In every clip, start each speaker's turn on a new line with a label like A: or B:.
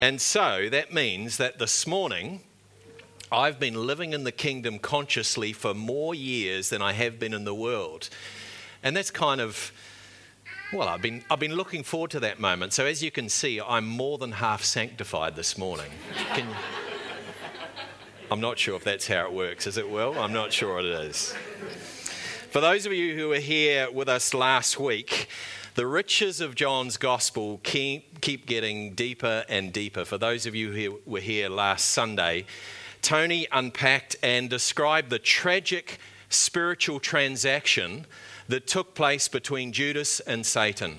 A: And so that means that this morning, I've been living in the kingdom consciously for more years than I have been in the world. And that's kind of, well, I've been looking forward to that moment. So as you can see, I'm more than half sanctified this morning. I'm not sure if that's how it works. Is it, Will? I'm not sure it is. For those of you who were here with us last week, the riches of John's gospel keep getting deeper and deeper. For those of you who were here last Sunday, Tony unpacked and described the tragic spiritual transaction that took place between Judas and Satan.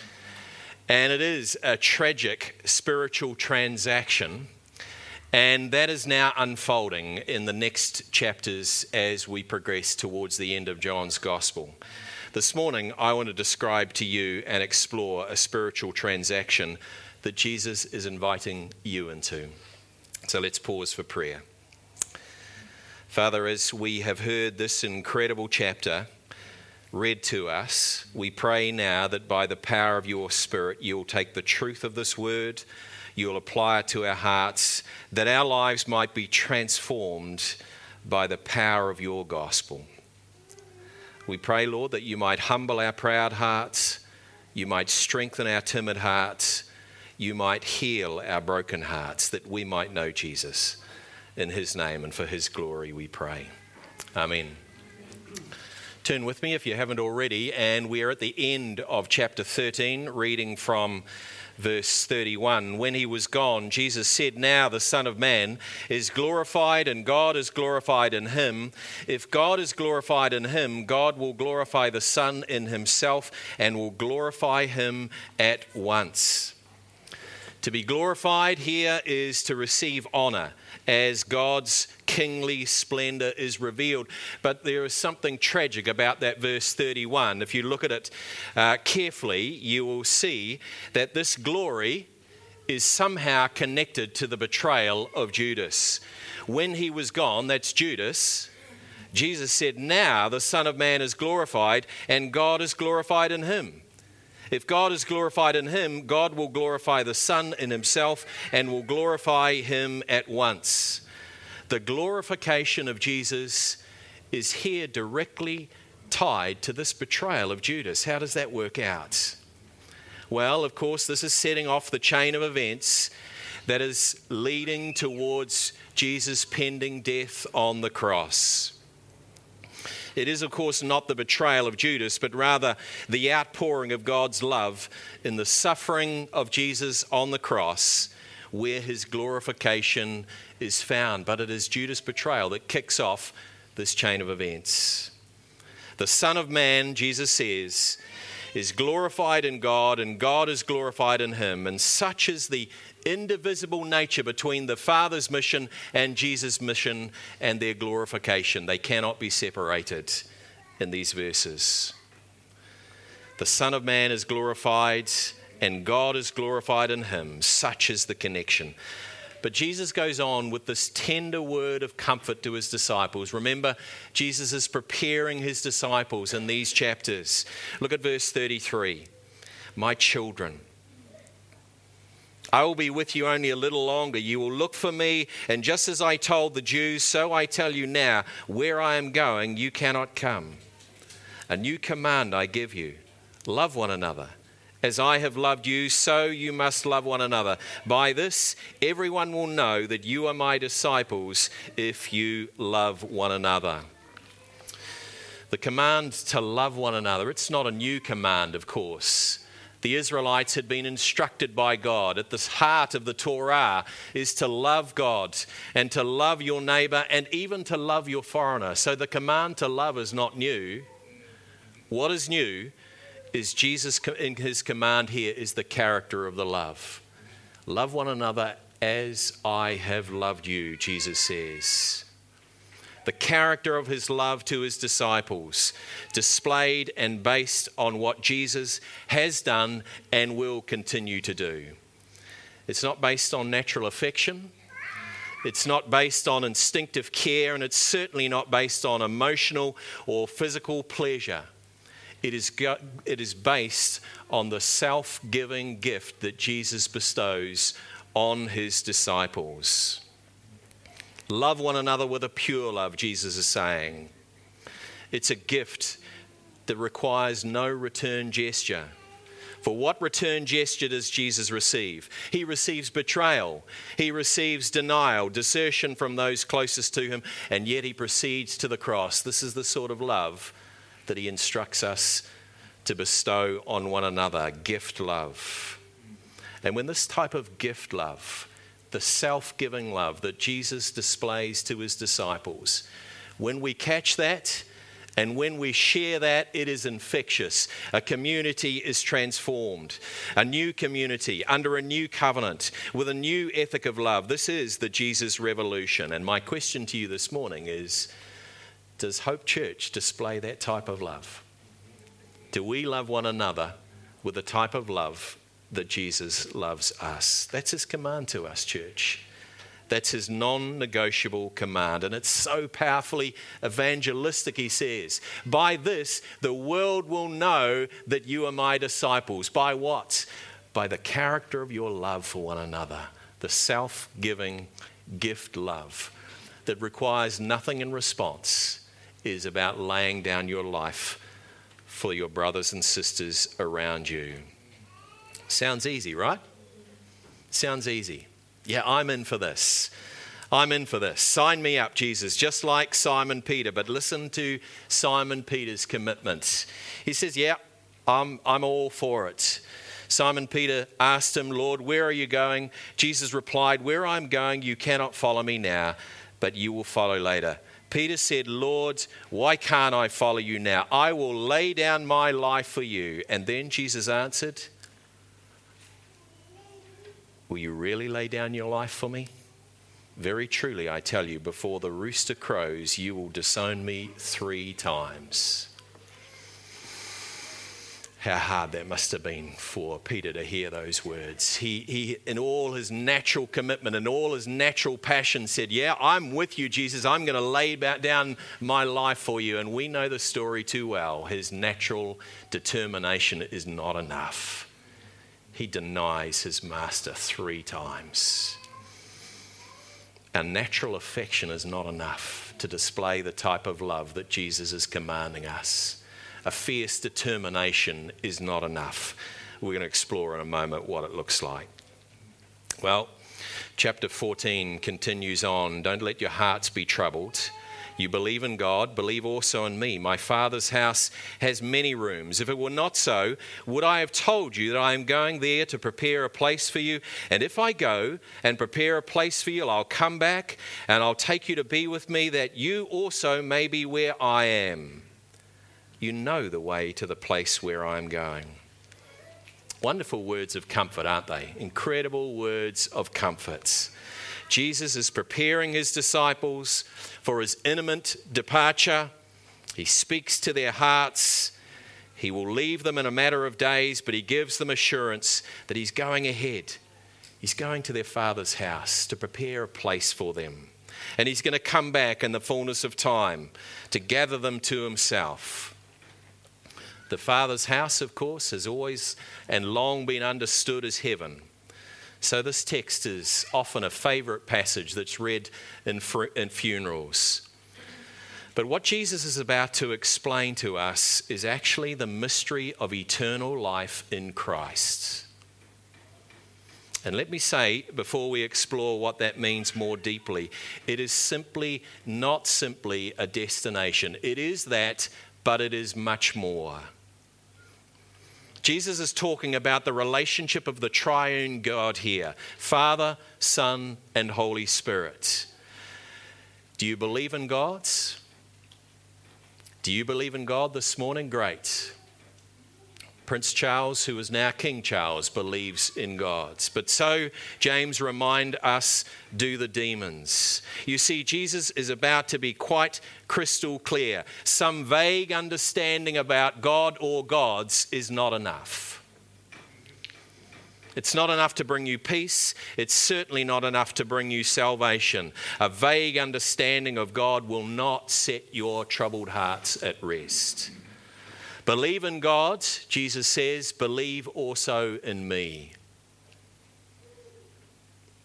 A: And it is a tragic spiritual transaction, and that is now unfolding in the next chapters as we progress towards the end of John's gospel. This morning, I want to describe to you and explore a spiritual transaction that Jesus is inviting you into. So let's pause for prayer. Father, as we have heard this incredible chapter read to us, we pray now that by the power of your Spirit, you'll take the truth of this word, you'll apply it to our hearts, that our lives might be transformed by the power of your gospel. We pray, Lord, that you might humble our proud hearts, you might strengthen our timid hearts, you might heal our broken hearts, that we might know Jesus. In his name and for his glory we pray. Amen. Turn with me if you haven't already, and we're at the end of chapter 13, reading from verse 31. When he was gone, Jesus said, "Now the Son of Man is glorified and God is glorified in him. If God is glorified in him, God will glorify the Son in himself and will glorify him at once." To be glorified here is to receive honor as God's kingly splendor is revealed. But there is something tragic about that verse 31. If you look at it carefully, you will see that this glory is somehow connected to the betrayal of Judas. When he was gone, that's Judas, Jesus said, "Now the Son of Man is glorified and God is glorified in him." If God is glorified in him, God will glorify the Son in himself and will glorify him at once. The glorification of Jesus is here directly tied to this betrayal of Judas. How does that work out? Well, of course, this is setting off the chain of events that is leading towards Jesus' pending death on the cross. It is, of course, not the betrayal of Judas, but rather the outpouring of God's love in the suffering of Jesus on the cross, where his glorification is found. But it is Judas' betrayal that kicks off this chain of events. The Son of Man, Jesus says, is glorified in God and God is glorified in him. And such is the indivisible nature between the Father's mission and Jesus' mission and their glorification. They cannot be separated in these verses. The Son of Man is glorified and God is glorified in him. Such is the connection. But Jesus goes on with this tender word of comfort to his disciples. Remember, Jesus is preparing his disciples in these chapters. Look at verse 33. "My children, I will be with you only a little longer. You will look for me, and just as I told the Jews, so I tell you now, where I am going, you cannot come. A new command I give you, love one another. As I have loved you, so you must love one another. By this, everyone will know that you are my disciples if you love one another." The command to love one another, it's not a new command, of course. The Israelites had been instructed by God. At the heart of the Torah is to love God and to love your neighbor and even to love your foreigner. So the command to love is not new. What is new is Jesus in his command here is the character of the love. Love one another as I have loved you, Jesus says. The character of his love to his disciples, displayed and based on what Jesus has done and will continue to do. It's not based on natural affection. It's not based on instinctive care, and it's certainly not based on emotional or physical pleasure. It is based on the self-giving gift that Jesus bestows on his disciples. Love one another with a pure love, Jesus is saying. It's a gift that requires no return gesture. For what return gesture does Jesus receive? He receives betrayal. He receives denial, desertion from those closest to him, and yet he proceeds to the cross. This is the sort of love that he instructs us to bestow on one another, gift love. And when this type of gift love, the self-giving love that Jesus displays to his disciples, when we catch that and when we share that, it is infectious. A community is transformed, a new community under a new covenant with a new ethic of love. This is the Jesus revolution. And my question to you this morning is, does Hope Church display that type of love? Do we love one another with the type of love that Jesus loves us? That's his command to us, church. That's his non-negotiable command. And it's so powerfully evangelistic, he says. By this, the world will know that you are my disciples. By what? By the character of your love for one another. The self-giving gift love that requires nothing in response is about laying down your life for your brothers and sisters around you. Sounds easy, right? Sounds easy. Yeah, I'm in for this. I'm in for this. Sign me up, Jesus, just like Simon Peter. But listen to Simon Peter's commitment. He says, yeah, I'm all for it. Simon Peter asked him, Lord, where are you going? Jesus replied, where I'm going, you cannot follow me now, but you will follow later. Peter said, Lord, why can't I follow you now? I will lay down my life for you. And then Jesus answered, will you really lay down your life for me? Very truly, I tell you, before the rooster crows, you will disown me 3 times. How hard that must have been for Peter to hear those words. He, in all his natural commitment and all his natural passion, said, yeah, I'm with you, Jesus. I'm going to lay down my life for you. And we know the story too well. His natural determination is not enough. He denies his master 3 times. Our natural affection is not enough to display the type of love that Jesus is commanding us. A fierce determination is not enough. We're going to explore in a moment what it looks like. Well, chapter 14 continues on. Don't let your hearts be troubled. You believe in God, believe also in me. My Father's house has many rooms. If it were not so, would I have told you that I am going there to prepare a place for you? And if I go and prepare a place for you, I'll come back and I'll take you to be with me, that you also may be where I am. You know the way to the place where I am going. Wonderful words of comfort, aren't they? Incredible words of comfort. Jesus is preparing his disciples for his imminent departure. He speaks to their hearts. He will leave them in a matter of days, but he gives them assurance that he's going ahead. He's going to their Father's house to prepare a place for them. And he's going to come back in the fullness of time to gather them to himself. The Father's house, of course, has always and long been understood as heaven. So this text is often a favourite passage that's read in funerals. But what Jesus is about to explain to us is actually the mystery of eternal life in Christ. And let me say, before we explore what that means more deeply, it is not simply a destination. It is that, but it is much more. Jesus is talking about the relationship of the triune God here, Father, Son, and Holy Spirit. Do you believe in God? Do you believe in God this morning? Great. Prince Charles, who is now King Charles, believes in God. But so, James reminds us, do the demons. You see, Jesus is about to be quite crystal clear. Some vague understanding about God or gods is not enough. It's not enough to bring you peace. It's certainly not enough to bring you salvation. A vague understanding of God will not set your troubled hearts at rest. Believe in God, Jesus says, believe also in me.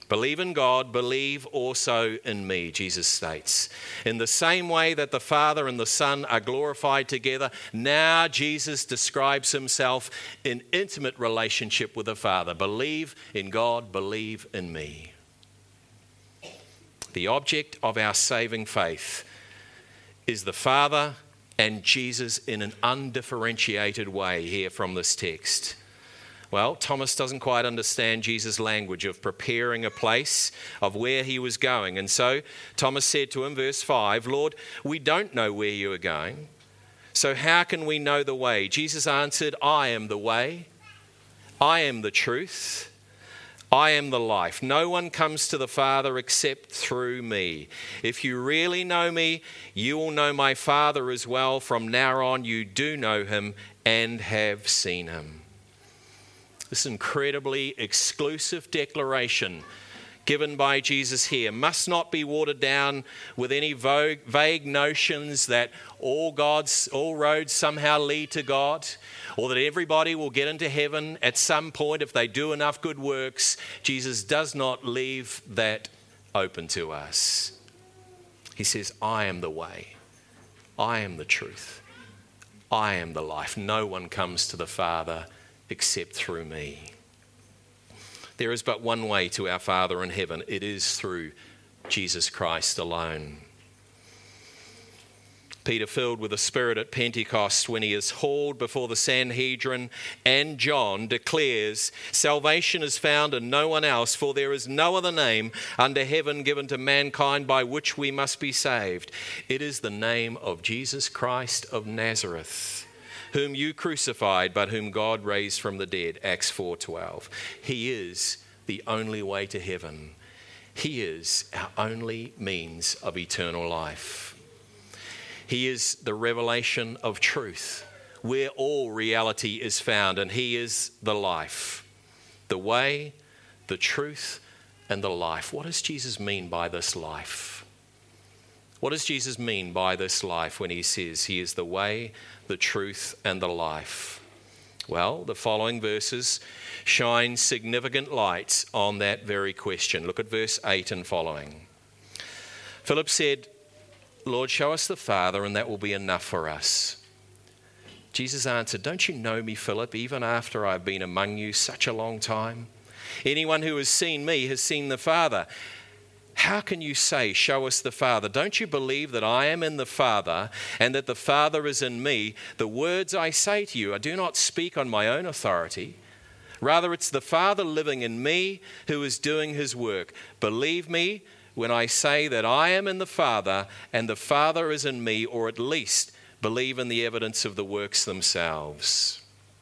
A: Believe in God, believe also in me, Jesus states. In the same way that the Father and the Son are glorified together, now Jesus describes himself in intimate relationship with the Father. Believe in God, believe in me. The object of our saving faith is the Father and Jesus in an undifferentiated way here from this text. Well, Thomas doesn't quite understand Jesus' language of preparing a place of where he was going. And so Thomas said to him, verse 5, Lord, we don't know where you are going, so how can we know the way? Jesus answered, I am the way, I am the truth, I am the life. No one comes to the Father except through me. If you really know me, you will know my Father as well. From now on, you do know him and have seen him. This incredibly exclusive declaration given by Jesus here must not be watered down with any vague notions that all roads somehow lead to God, or that everybody will get into heaven at some point if they do enough good works. Jesus does not leave that open to us. He says, I am the way, I am the truth, I am the life. No one comes to the Father except through me. There is but one way to our Father in heaven. It is through Jesus Christ alone. Peter, filled with the Spirit at Pentecost, when he is hauled before the Sanhedrin, and John declares, salvation is found in no one else, for there is no other name under heaven given to mankind by which we must be saved. It is the name of Jesus Christ of Nazareth, whom you crucified, but whom God raised from the dead, Acts 4:12. He is the only way to heaven. He is our only means of eternal life. He is the revelation of truth, where all reality is found, and he is the life, the way, the truth, and the life. What does Jesus mean by this life? What does Jesus mean by this life when he says he is the way, the truth, and the life? Well, the following verses shine significant lights on that very question. Look at verse 8 and following. Philip said, Lord, show us the Father, and that will be enough for us. Jesus answered, don't you know me, Philip, even after I've been among you such a long time? Anyone who has seen me has seen the Father. How can you say, show us the Father? Don't you believe that I am in the Father and that the Father is in me? The words I say to you, I do not speak on my own authority. Rather, it's the Father living in me who is doing his work. Believe me when I say that I am in the Father and the Father is in me, or at least believe in the evidence of the works themselves.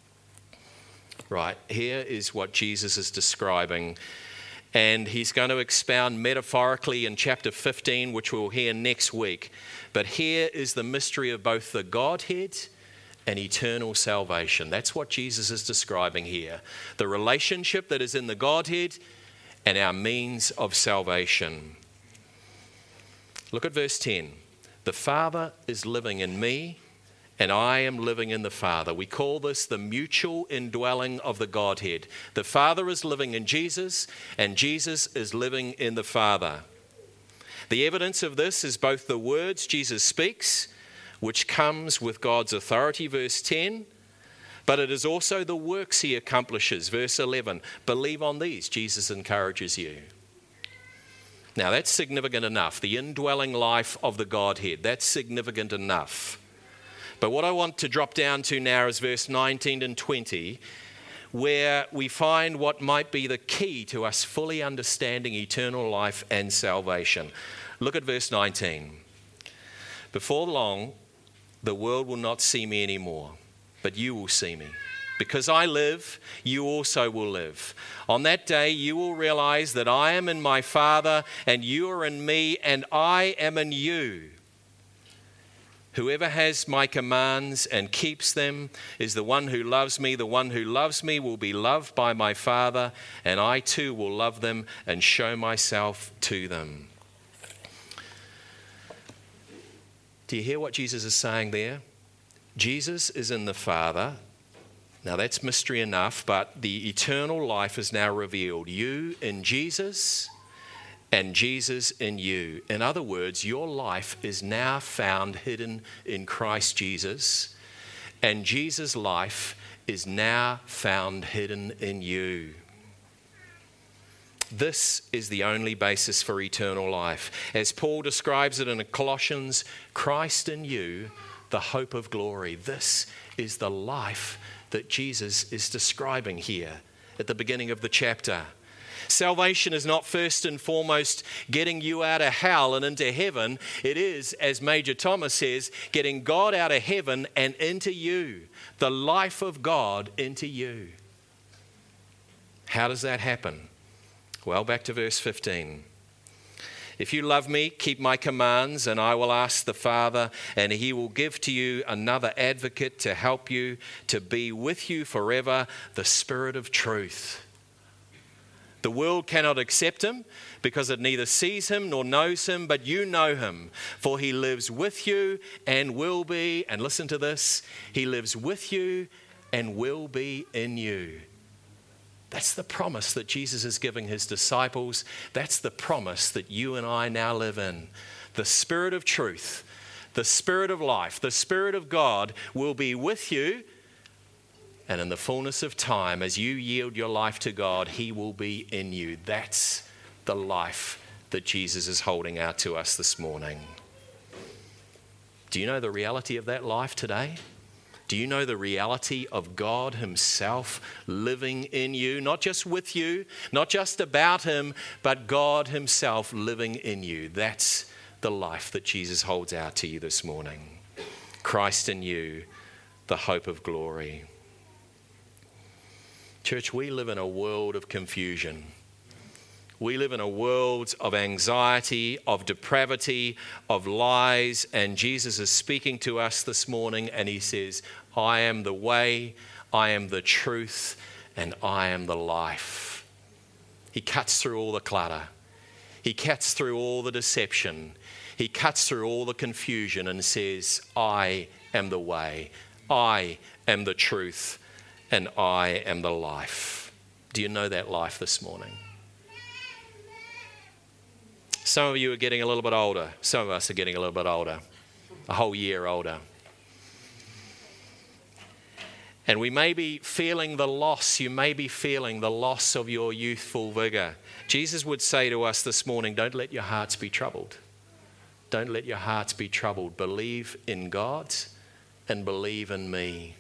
A: Right, here is what Jesus is describing. And he's going to expound metaphorically in chapter 15, which we'll hear next week. But here is the mystery of both the Godhead and eternal salvation. That's what Jesus is describing here. The relationship that is in the Godhead and our means of salvation. Look at verse 10. The Father is living in me, and I am living in the Father. We call this the mutual indwelling of the Godhead. The Father is living in Jesus, and Jesus is living in the Father. The evidence of this is both the words Jesus speaks, which comes with God's authority, verse 10, but it is also the works he accomplishes, verse 11. Believe on these, Jesus encourages you. Now that's significant enough. The indwelling life of the Godhead, that's significant enough. But what I want to drop down to now is verse 19 and 20, where we find what might be the key to us fully understanding eternal life and salvation. Look at verse 19. Before long, the world will not see me anymore, but you will see me. Because I live, you also will live. On that day, you will realize that I am in my Father, and you are in me, and I am in you. Whoever has my commands and keeps them is the one who loves me. The one who loves me will be loved by my Father, and I too will love them and show myself to them. Do you hear what Jesus is saying there? Jesus is in the Father. Now that's mystery enough, but the eternal life is now revealed. You in Jesus and Jesus in you. In other words, your life is now found hidden in Christ Jesus, and Jesus' life is now found hidden in you. This is the only basis for eternal life. As Paul describes it in Colossians, Christ in you, the hope of glory. This is the life that Jesus is describing here at the beginning of the chapter. Salvation is not first and foremost getting you out of hell and into heaven. It is, as Major Thomas says, getting God out of heaven and into you, the life of God into you. How does that happen? Well, back to verse 15. If you love me, keep my commands, and I will ask the Father, and he will give to you another advocate to help you, to be with you forever, the Spirit of truth. The world cannot accept him because it neither sees him nor knows him, but you know him, for he lives with you and will be, and listen to this, he lives with you and will be in you. That's the promise that Jesus is giving his disciples. That's the promise that you and I now live in. The Spirit of truth, the Spirit of life, the Spirit of God will be with you. And in the fullness of time, as you yield your life to God, he will be in you. That's the life that Jesus is holding out to us this morning. Do you know the reality of that life today? Do you know the reality of God himself living in you? Not just with you, not just about him, but God himself living in you. That's the life that Jesus holds out to you this morning. Christ in you, the hope of glory. Church, we live in a world of confusion. We live in a world of anxiety, of depravity, of lies, and Jesus is speaking to us this morning and he says, I am the way, I am the truth, and I am the life. He cuts through all the clutter. He cuts through all the deception. He cuts through all the confusion and says, I am the way, I am the truth, and I am the life. Do you know that life this morning? Some of you are getting a little bit older. Some of us are getting a little bit older, a whole year older. And we may be feeling the loss. You may be feeling the loss of your youthful vigor. Jesus would say to us this morning, don't let your hearts be troubled. Don't let your hearts be troubled. Believe in God and believe in me.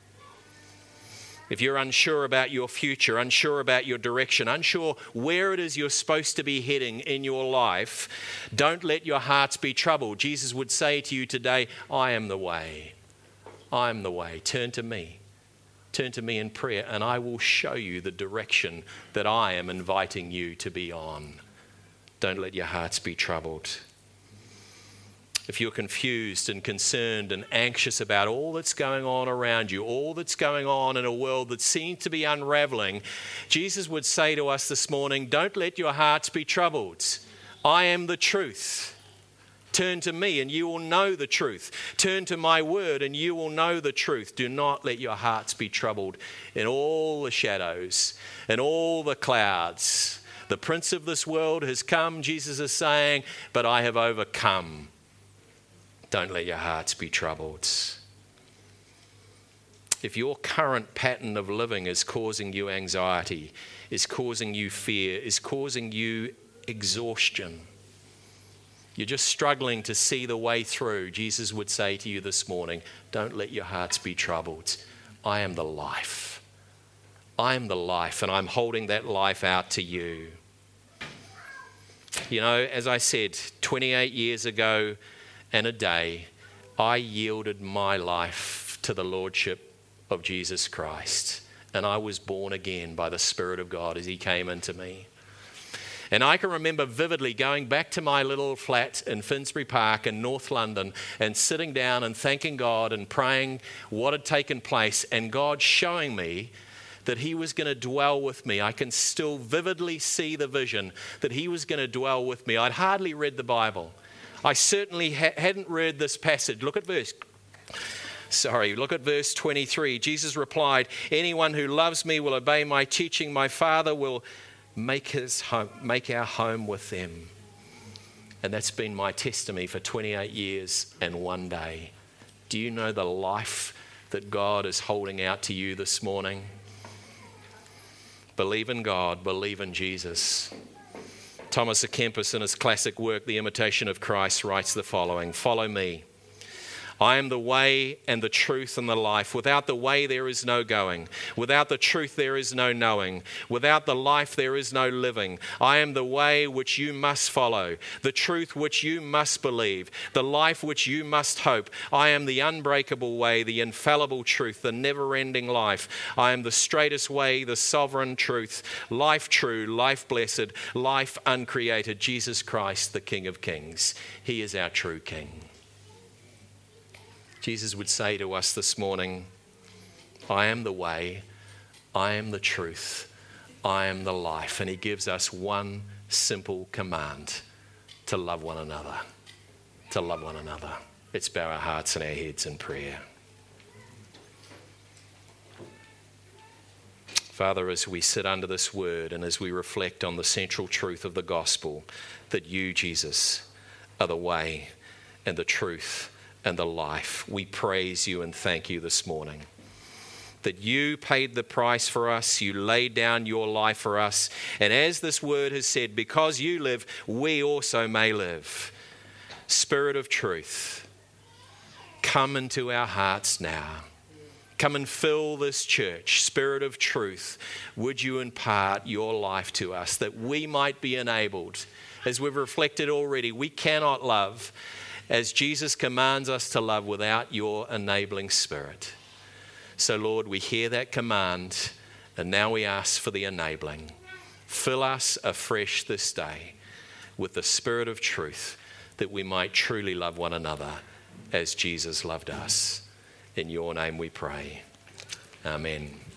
A: If you're unsure about your future, unsure about your direction, unsure where it is you're supposed to be heading in your life, don't let your hearts be troubled. Jesus would say to you today, I am the way. I am the way. Turn to me. Turn to me in prayer and I will show you the direction that I am inviting you to be on. Don't let your hearts be troubled. If you're confused and concerned and anxious about all that's going on around you, all that's going on in a world that seems to be unraveling, Jesus would say to us this morning, don't let your hearts be troubled. I am the truth. Turn to me and you will know the truth. Turn to my word and you will know the truth. Do not let your hearts be troubled in all the shadows and all the clouds. The prince of this world has come, Jesus is saying, but I have overcome. Don't let your hearts be troubled. If your current pattern of living is causing you anxiety, is causing you fear, is causing you exhaustion, you're just struggling to see the way through, Jesus would say to you this morning, don't let your hearts be troubled. I am the life. I am the life, and I'm holding that life out to you. You know, as I said, 28 years ago and a day, I yielded my life to the Lordship of Jesus Christ, and I was born again by the Spirit of God as He came into me. And I can remember vividly going back to my little flat in Finsbury Park in North London and sitting down and thanking God and praying what had taken place and God showing me that He was going to dwell with me. I can still vividly see the vision that He was going to dwell with me. I'd hardly read the Bible. I certainly hadn't read this passage. Look at verse 23. Jesus replied, anyone who loves me will obey my teaching. My Father will Make our home with them. And that's been my testimony for 28 years and one day. Do you know the life that God is holding out to you this morning? Believe in God, believe in Jesus. Thomas à Kempis, in his classic work, The Imitation of Christ, writes the following: "Follow me. I am the way and the truth and the life. Without the way there is no going. Without the truth there is no knowing. Without the life there is no living. I am the way which you must follow, the truth which you must believe, the life which you must hope. I am the unbreakable way, the infallible truth, the never-ending life. I am the straightest way, the sovereign truth, life true, life blessed, life uncreated, Jesus Christ, the King of Kings." He is our true King. Jesus would say to us this morning, I am the way, I am the truth, I am the life. And he gives us one simple command: to love one another. To love one another. Let's bow our hearts and our heads in prayer. Father, as we sit under this word and as we reflect on the central truth of the gospel, that you, Jesus, are the way and the truth and the life, we praise you and thank you this morning. That you paid the price for us, you laid down your life for us, and as this word has said, because you live, we also may live. Spirit of truth, come into our hearts now. Come and fill this church. Spirit of truth, would you impart your life to us that we might be enabled? As we've reflected already, we cannot love as Jesus commands us to love without your enabling Spirit. So Lord, we hear that command and now we ask for the enabling. Fill us afresh this day with the Spirit of truth that we might truly love one another as Jesus loved us. In your name we pray. Amen.